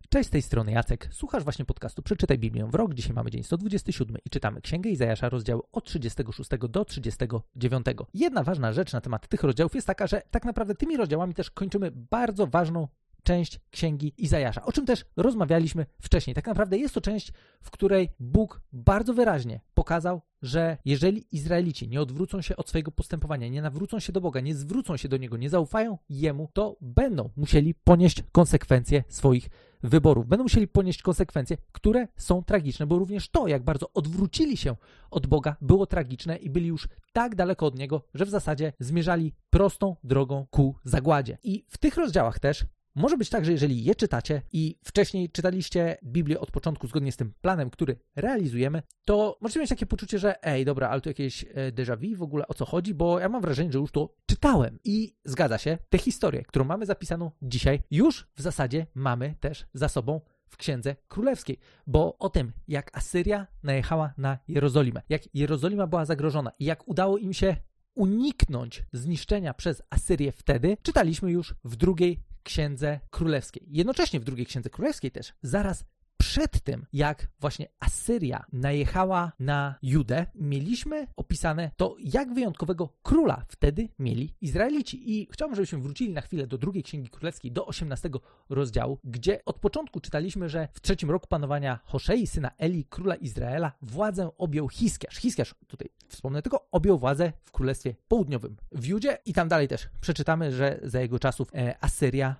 Cześć, z tej strony Jacek. Słuchasz właśnie podcastu Przeczytaj Biblię w rok. Dzisiaj mamy dzień 127 i czytamy Księgę Izajasza, rozdziały od 36 do 39. Jedna ważna rzecz na temat tych rozdziałów jest taka, że tak naprawdę tymi rozdziałami też kończymy bardzo ważną część Księgi Izajasza, o czym też rozmawialiśmy wcześniej. Tak naprawdę jest to część, w której Bóg bardzo wyraźnie pokazał, że jeżeli Izraelici nie odwrócą się od swojego postępowania, nie nawrócą się do Boga, nie zwrócą się do Niego, nie zaufają Jemu, to będą musieli ponieść konsekwencje swoich wyborów. Będą musieli ponieść konsekwencje, które są tragiczne, bo również to, jak bardzo odwrócili się od Boga, było tragiczne i byli już tak daleko od Niego, że w zasadzie zmierzali prostą drogą ku zagładzie. I w tych rozdziałach też może być tak, że jeżeli je czytacie i wcześniej czytaliście Biblię od początku zgodnie z tym planem, który realizujemy, to możecie mieć takie poczucie, że dobra, ale tu jakieś déjà vu, w ogóle o co chodzi, bo ja mam wrażenie, że już to czytałem. I zgadza się, tę historię, którą mamy zapisaną dzisiaj, już w zasadzie mamy też za sobą w Księdze Królewskiej, bo o tym, jak Asyria najechała na Jerozolimę, jak Jerozolima była zagrożona i jak udało im się uniknąć zniszczenia przez Asyrię wtedy, czytaliśmy już w drugiej Księdze Królewskiej. Jednocześnie w drugiej Księdze Królewskiej też, zaraz przed tym, jak właśnie Asyria najechała na Judę, mieliśmy opisane to, jak wyjątkowego króla wtedy mieli Izraelici. I chciałbym, żebyśmy wrócili na chwilę do drugiej Księgi Królewskiej, do 18 rozdziału, gdzie od początku czytaliśmy, że w 3. roku panowania Hoszei, syna Eli, króla Izraela, władzę objął Hiskiasz. Hiskiasz, tutaj wspomnę tylko, objął władzę w Królestwie Południowym w Judzie i tam dalej też przeczytamy, że za jego czasów Asyria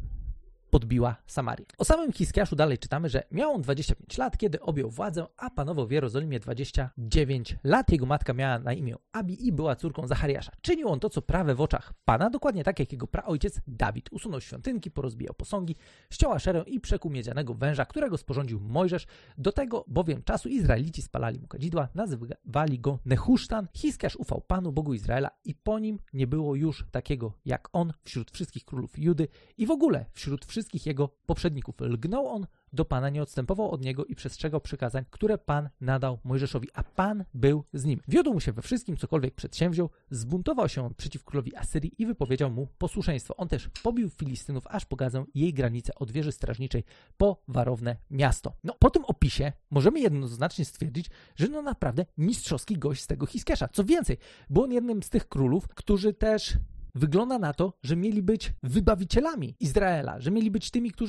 podbiła Samarię. O samym Hiskiaszu dalej czytamy, że miał on 25 lat, kiedy objął władzę, a panował w Jerozolimie 29 lat. Jego matka miała na imię Abi i była córką Zachariasza. Czynił on to, co prawe w oczach Pana, dokładnie tak jak jego praojciec Dawid. Usunął świątynki, porozbijał posągi, ściął Aszerę i przekuł miedzianego węża, którego sporządził Mojżesz. Do tego bowiem czasu Izraelici spalali mu kadzidła, nazywali go Nehusztan. Hiskiasz ufał Panu, Bogu Izraela i po nim nie było już takiego jak on wśród wszystkich królów Judy i w ogóle wśród wszystkich jego poprzedników. Lgnął on do Pana, nie odstępował od Niego i przestrzegał przykazań, które Pan nadał Mojżeszowi, a Pan był z nim. Wiódł mu się we wszystkim, cokolwiek przedsięwziął, zbuntował się on przeciw królowi Asyrii i wypowiedział mu posłuszeństwo. On też pobił Filistynów, aż pogadzał jej granice od wieży strażniczej po warowne miasto. Po tym opisie możemy jednoznacznie stwierdzić, że naprawdę mistrzowski gość z tego Hiskiasza. Co więcej, był on jednym z tych królów, którzy też wygląda na to, że mieli być wybawicielami Izraela, że mieli być tymi,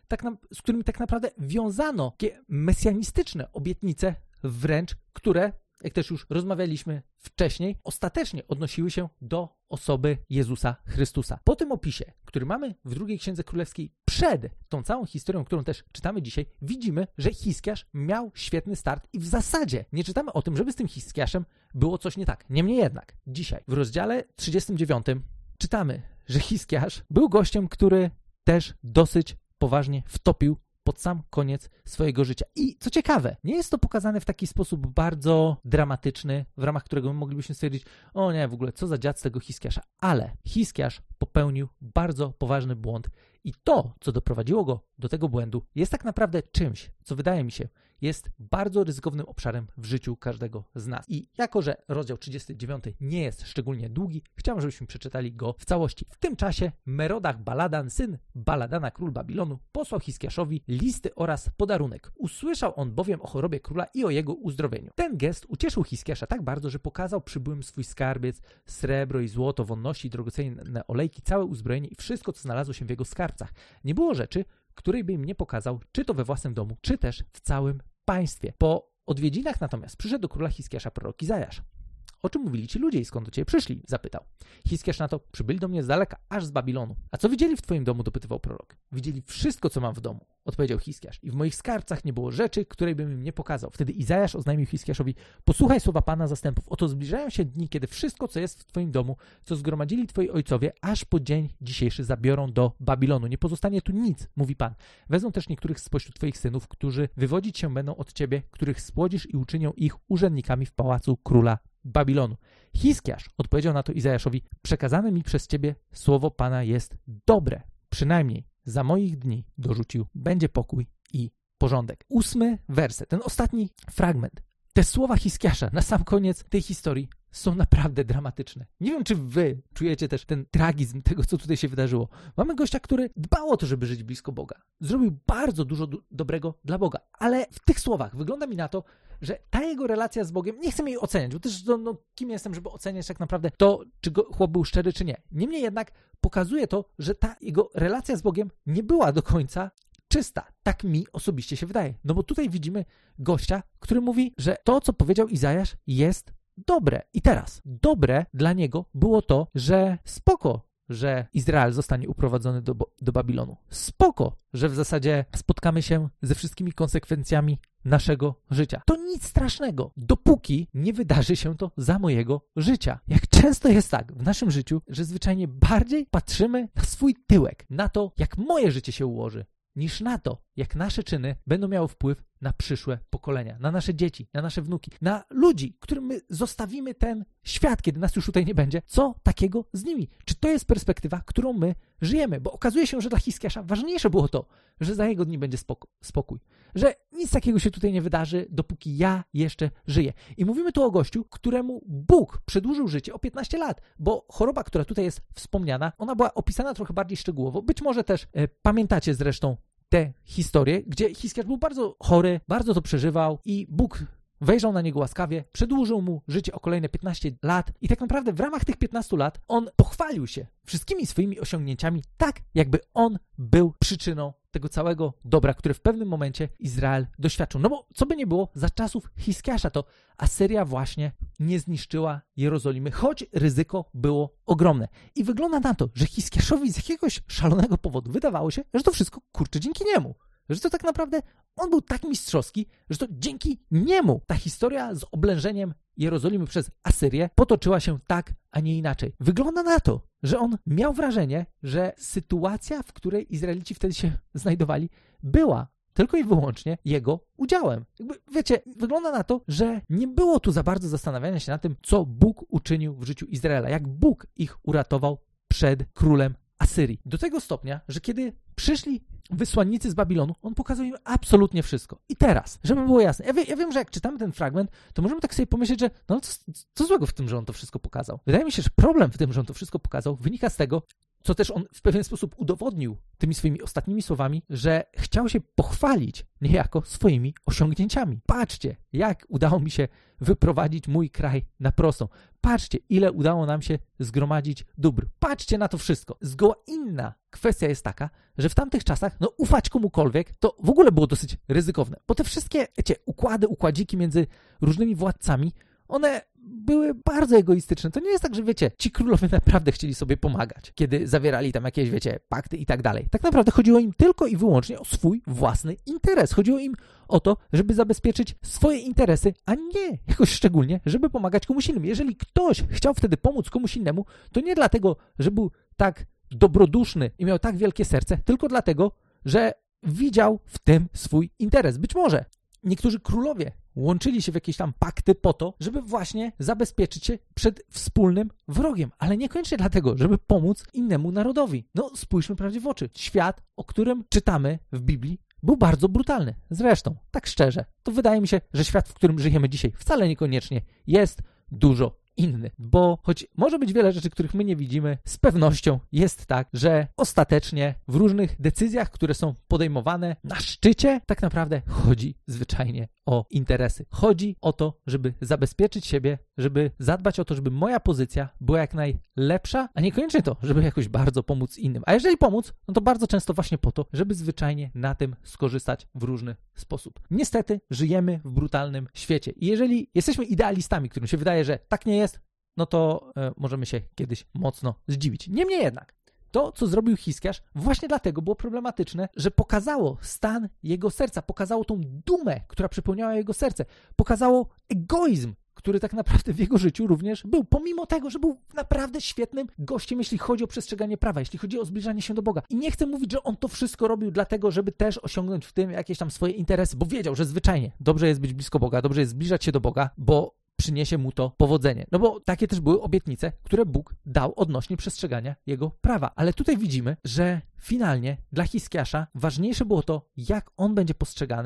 z którymi tak naprawdę wiązano takie mesjanistyczne obietnice wręcz, które, jak też już rozmawialiśmy wcześniej, ostatecznie odnosiły się do osoby Jezusa Chrystusa. Po tym opisie, który mamy w drugiej Księdze Królewskiej przed tą całą historią, którą też czytamy dzisiaj, widzimy, że Hiskiasz miał świetny start i w zasadzie nie czytamy o tym, żeby z tym Hiskiaszem było coś nie tak. Niemniej jednak dzisiaj w rozdziale 39 czytamy, że Hiskiasz był gościem, który też dosyć poważnie wtopił pod sam koniec swojego życia. I co ciekawe, nie jest to pokazane w taki sposób bardzo dramatyczny, w ramach którego moglibyśmy stwierdzić, o nie, w ogóle co za dziad z tego Hiskiasza, ale Hiskiasz popełnił bardzo poważny błąd i to, co doprowadziło go do tego błędu, jest tak naprawdę czymś, co wydaje mi się, jest bardzo ryzykownym obszarem w życiu każdego z nas. I jako, że rozdział 39 nie jest szczególnie długi, chciałem, żebyśmy przeczytali go w całości. W tym czasie Merodach Baladan, syn Baladana, król Babilonu, posłał Hiskiaszowi listy oraz podarunek. Usłyszał on bowiem o chorobie króla i o jego uzdrowieniu. Ten gest ucieszył Hiskiasza tak bardzo, że pokazał przybyłym swój skarbiec, srebro i złoto, wonności, drogocenne olejki, całe uzbrojenie i wszystko, co znalazło się w jego skarbcach. Nie było rzeczy, której by im nie pokazał, czy to we własnym domu, czy też w całym państwie. Po odwiedzinach natomiast przyszedł do króla Hiskiasza prorok Izajasz. O czym mówili ci ludzie i skąd do ciebie przyszli? Zapytał. Hiskiasz na to, przybyli do mnie z daleka, aż z Babilonu. A co widzieli w twoim domu? Dopytywał prorok. Widzieli wszystko, co mam w domu, odpowiedział Hiskiasz. I w moich skarbcach nie było rzeczy, której bym im nie pokazał. Wtedy Izajasz oznajmił Hiskiaszowi, posłuchaj słowa Pana zastępów. Oto zbliżają się dni, kiedy wszystko, co jest w twoim domu, co zgromadzili twoi ojcowie, aż po dzień dzisiejszy zabiorą do Babilonu. Nie pozostanie tu nic, mówi Pan. Wezmą też niektórych spośród twoich synów, którzy wywodzić się będą od ciebie, których spłodzisz i uczynią ich urzędnikami w pałacu króla Babilonu. Hiskiasz odpowiedział na to Izajaszowi, przekazane mi przez ciebie słowo Pana jest dobre. Przynajmniej za moich dni, dorzucił, będzie pokój i porządek. 8 werset, ten ostatni fragment te słowa Hiskiasza na sam koniec tej historii są naprawdę dramatyczne. Nie wiem, czy wy czujecie też ten tragizm tego, co tutaj się wydarzyło. Mamy gościa, który dbał o to, żeby żyć blisko Boga. Zrobił bardzo dużo dobrego dla Boga. Ale w tych słowach wygląda mi na to, że ta jego relacja z Bogiem, nie chcę jej oceniać, bo też kim jestem, żeby oceniać tak naprawdę to, czy chłop był szczery, czy nie. Niemniej jednak pokazuje to, że ta jego relacja z Bogiem nie była do końca czysta. Tak mi osobiście się wydaje. No bo tutaj widzimy gościa, który mówi, że to, co powiedział Izajasz, jest dobre. I teraz, dobre dla niego było to, że spoko, że Izrael zostanie uprowadzony do Babilonu. Spoko, że w zasadzie spotkamy się ze wszystkimi konsekwencjami naszego życia. To nic strasznego, dopóki nie wydarzy się to za mojego życia. Jak często jest tak w naszym życiu, że zwyczajnie bardziej patrzymy na swój tyłek, na to, jak moje życie się ułoży, niż na to, jak nasze czyny będą miały wpływ na przyszłe pokolenia, na nasze dzieci, na nasze wnuki, na ludzi, którym my zostawimy ten świat, kiedy nas już tutaj nie będzie. Co takiego z nimi? Czy to jest perspektywa, którą my żyjemy? Bo okazuje się, że dla Hiskiasza ważniejsze było to, że za jego dni będzie spokój. Że nic takiego się tutaj nie wydarzy, dopóki ja jeszcze żyję. I mówimy tu o gościu, któremu Bóg przedłużył życie o 15 lat, bo choroba, która tutaj jest wspomniana, ona była opisana trochę bardziej szczegółowo. Być może też pamiętacie zresztą tę historię, gdzie Hiskiasz był bardzo chory, bardzo to przeżywał i Bóg wejrzał na niego łaskawie, przedłużył mu życie o kolejne 15 lat i tak naprawdę w ramach tych 15 lat on pochwalił się wszystkimi swoimi osiągnięciami tak, jakby on był przyczyną tego całego dobra, które w pewnym momencie Izrael doświadczył. No bo co by nie było, za czasów Hiskiasza to Asyria właśnie nie zniszczyła Jerozolimy, choć ryzyko było ogromne. I wygląda na to, że Hiskiaszowi z jakiegoś szalonego powodu wydawało się, że to wszystko kurczę dzięki niemu. Że to tak naprawdę on był tak mistrzowski, że to dzięki niemu ta historia z oblężeniem Jerozolimy przez Asyrię potoczyła się tak, a nie inaczej. Wygląda na to, że on miał wrażenie, że sytuacja, w której Izraelici wtedy się znajdowali, była tylko i wyłącznie jego udziałem. Wiecie, wygląda na to, że nie było tu za bardzo zastanawiania się na tym, co Bóg uczynił w życiu Izraela, jak Bóg ich uratował przed królem Asyrii. Do tego stopnia, że kiedy przyszli wysłannicy z Babilonu, on pokazał im absolutnie wszystko. I teraz, żeby było jasne, ja wiem, że jak czytamy ten fragment, to możemy tak sobie pomyśleć, że no co złego w tym, że on to wszystko pokazał. Wydaje mi się, że problem w tym, że on to wszystko pokazał, wynika z tego, co też on w pewien sposób udowodnił tymi swoimi ostatnimi słowami, że chciał się pochwalić niejako swoimi osiągnięciami. Patrzcie, jak udało mi się wyprowadzić mój kraj na prostą. Patrzcie, ile udało nam się zgromadzić dóbr. Patrzcie na to wszystko. Zgoła inna kwestia jest taka, że w tamtych czasach, ufać komukolwiek, to w ogóle było dosyć ryzykowne. Bo te wszystkie, układziki między różnymi władcami, one były bardzo egoistyczne. To nie jest tak, że ci królowie naprawdę chcieli sobie pomagać, kiedy zawierali tam jakieś, pakty i tak dalej. Tak naprawdę chodziło im tylko i wyłącznie o swój własny interes. Chodziło im o to, żeby zabezpieczyć swoje interesy, a nie jakoś szczególnie, żeby pomagać komuś innemu. Jeżeli ktoś chciał wtedy pomóc komuś innemu, to nie dlatego, że był tak dobroduszny i miał tak wielkie serce, tylko dlatego, że widział w tym swój interes. Być może niektórzy królowie łączyli się w jakieś tam pakty po to, żeby właśnie zabezpieczyć się przed wspólnym wrogiem, ale niekoniecznie dlatego, żeby pomóc innemu narodowi. Spójrzmy prawdzie w oczy. Świat, o którym czytamy w Biblii, był bardzo brutalny. Zresztą, tak szczerze, to wydaje mi się, że świat, w którym żyjemy dzisiaj, wcale niekoniecznie jest dużo inny, bo choć może być wiele rzeczy, których my nie widzimy, z pewnością jest tak, że ostatecznie w różnych decyzjach, które są podejmowane na szczycie, tak naprawdę chodzi zwyczajnie o interesy. Chodzi o to, żeby zabezpieczyć siebie, żeby zadbać o to, żeby moja pozycja była jak najlepsza, a niekoniecznie to, żeby jakoś bardzo pomóc innym. A jeżeli pomóc, to bardzo często właśnie po to, żeby zwyczajnie na tym skorzystać w różny sposób. Niestety żyjemy w brutalnym świecie i jeżeli jesteśmy idealistami, którym się wydaje, że tak nie jest, to możemy się kiedyś mocno zdziwić. Niemniej jednak, to, co zrobił Hiskiasz, właśnie dlatego było problematyczne, że pokazało stan jego serca, pokazało tą dumę, która przepełniała jego serce, pokazało egoizm, który tak naprawdę w jego życiu również był, pomimo tego, że był naprawdę świetnym gościem, jeśli chodzi o przestrzeganie prawa, jeśli chodzi o zbliżanie się do Boga. I nie chcę mówić, że on to wszystko robił dlatego, żeby też osiągnąć w tym jakieś tam swoje interesy, bo wiedział, że zwyczajnie dobrze jest być blisko Boga, dobrze jest zbliżać się do Boga, bo przyniesie mu to powodzenie. Bo takie też były obietnice, które Bóg dał odnośnie przestrzegania jego prawa. Ale tutaj widzimy, że finalnie dla Hiskiasza ważniejsze było to, jak on będzie postrzegany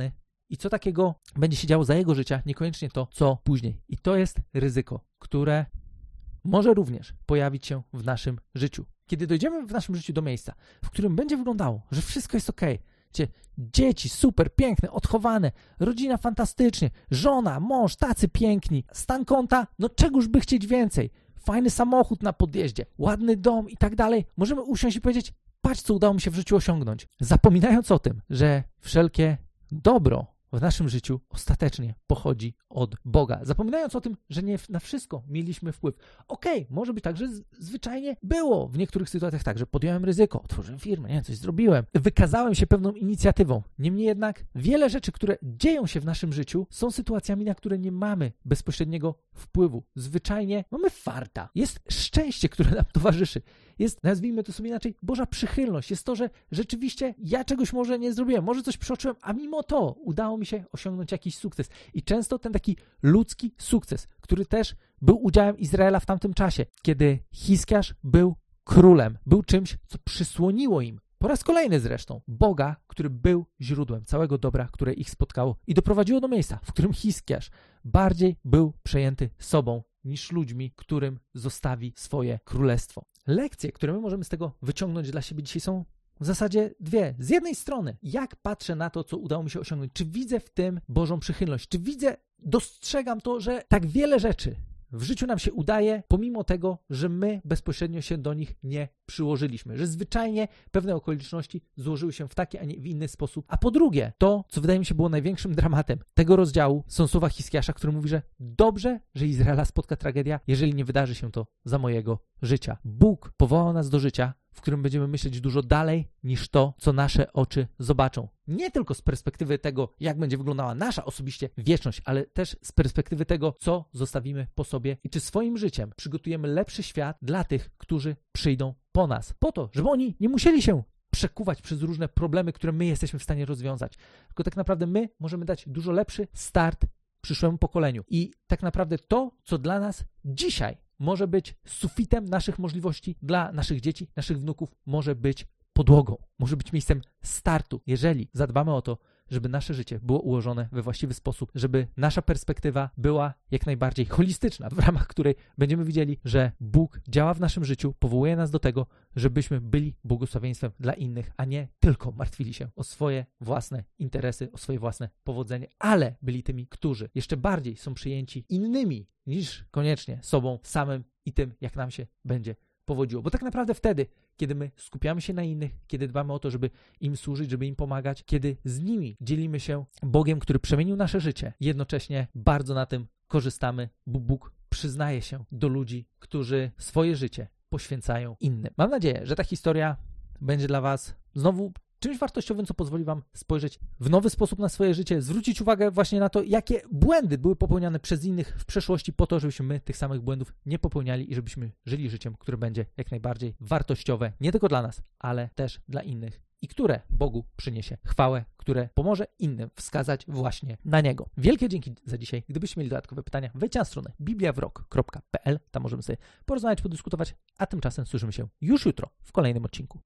i co takiego będzie się działo za jego życia, niekoniecznie to, co później. I to jest ryzyko, które może również pojawić się w naszym życiu. Kiedy dojdziemy w naszym życiu do miejsca, w którym będzie wyglądało, że wszystko jest okej, gdzie dzieci super, piękne, odchowane, rodzina fantastycznie, żona, mąż, tacy piękni, stan konta, no czegoż by chcieć więcej, fajny samochód na podjeździe, ładny dom i tak dalej, możemy usiąść i powiedzieć, patrz co udało mi się w życiu osiągnąć. Zapominając o tym, że wszelkie dobro w naszym życiu ostatecznie pochodzi od Boga. Zapominając o tym, że nie na wszystko mieliśmy wpływ. Okej, może być tak, że zwyczajnie było w niektórych sytuacjach tak, że podjąłem ryzyko, otworzyłem firmę, nie, coś zrobiłem, wykazałem się pewną inicjatywą. Niemniej jednak wiele rzeczy, które dzieją się w naszym życiu, są sytuacjami, na które nie mamy bezpośredniego wpływu. Zwyczajnie mamy farta. Jest szczęście, które nam towarzyszy. Jest, nazwijmy to sobie inaczej, Boża przychylność. Jest to, że rzeczywiście ja czegoś może nie zrobiłem, może coś przeoczyłem, a mimo to udało mi się osiągnąć jakiś sukces. I często ten taki ludzki sukces, który też był udziałem Izraela w tamtym czasie, kiedy Hiskiarz był królem, był czymś, co przysłoniło im, po raz kolejny zresztą, Boga, który był źródłem całego dobra, które ich spotkało i doprowadziło do miejsca, w którym Hiskiarz bardziej był przejęty sobą niż ludźmi, którym zostawi swoje królestwo. Lekcje, które my możemy z tego wyciągnąć dla siebie dzisiaj są w zasadzie dwie. Z jednej strony, jak patrzę na to, co udało mi się osiągnąć, czy widzę w tym Bożą przychylność, czy dostrzegam to, że tak wiele rzeczy w życiu nam się udaje, pomimo tego, że my bezpośrednio się do nich nie przyłożyliśmy, że zwyczajnie pewne okoliczności złożyły się w taki, a nie w inny sposób. A po drugie, to, co wydaje mi się było największym dramatem tego rozdziału, są słowa Hiskiasza, który mówi, że dobrze, że Izraela spotka tragedia, jeżeli nie wydarzy się to za mojego życia. Bóg powołał nas do życia, w którym będziemy myśleć dużo dalej niż to, co nasze oczy zobaczą. Nie tylko z perspektywy tego, jak będzie wyglądała nasza osobiście wieczność, ale też z perspektywy tego, co zostawimy po sobie i czy swoim życiem przygotujemy lepszy świat dla tych, którzy przyjdą po nas. Po to, żeby oni nie musieli się przekuwać przez różne problemy, które my jesteśmy w stanie rozwiązać. Tylko tak naprawdę my możemy dać dużo lepszy start przyszłemu pokoleniu. I tak naprawdę to, co dla nas dzisiaj może być sufitem naszych możliwości dla naszych dzieci, naszych wnuków, może być podłogą, może być miejscem startu, jeżeli zadbamy o to, żeby nasze życie było ułożone we właściwy sposób, żeby nasza perspektywa była jak najbardziej holistyczna, w ramach której będziemy widzieli, że Bóg działa w naszym życiu, powołuje nas do tego, żebyśmy byli błogosławieństwem dla innych, a nie tylko martwili się o swoje własne interesy, o swoje własne powodzenie, ale byli tymi, którzy jeszcze bardziej są przyjęci innymi niż koniecznie sobą samym i tym, jak nam się będzie powodziło. Bo tak naprawdę wtedy, kiedy my skupiamy się na innych, kiedy dbamy o to, żeby im służyć, żeby im pomagać, kiedy z nimi dzielimy się Bogiem, który przemienił nasze życie, jednocześnie bardzo na tym korzystamy, bo Bóg przyznaje się do ludzi, którzy swoje życie poświęcają innym. Mam nadzieję, że ta historia będzie dla Was znowu czymś wartościowym, co pozwoli Wam spojrzeć w nowy sposób na swoje życie, zwrócić uwagę właśnie na to, jakie błędy były popełniane przez innych w przeszłości po to, żebyśmy my tych samych błędów nie popełniali i żebyśmy żyli życiem, które będzie jak najbardziej wartościowe, nie tylko dla nas, ale też dla innych i które Bogu przyniesie chwałę, które pomoże innym wskazać właśnie na Niego. Wielkie dzięki za dzisiaj. Gdybyście mieli dodatkowe pytania, wejdźcie na stronę bibliawrok.pl, tam możemy sobie porozmawiać, podyskutować, a tymczasem słyszymy się już jutro w kolejnym odcinku.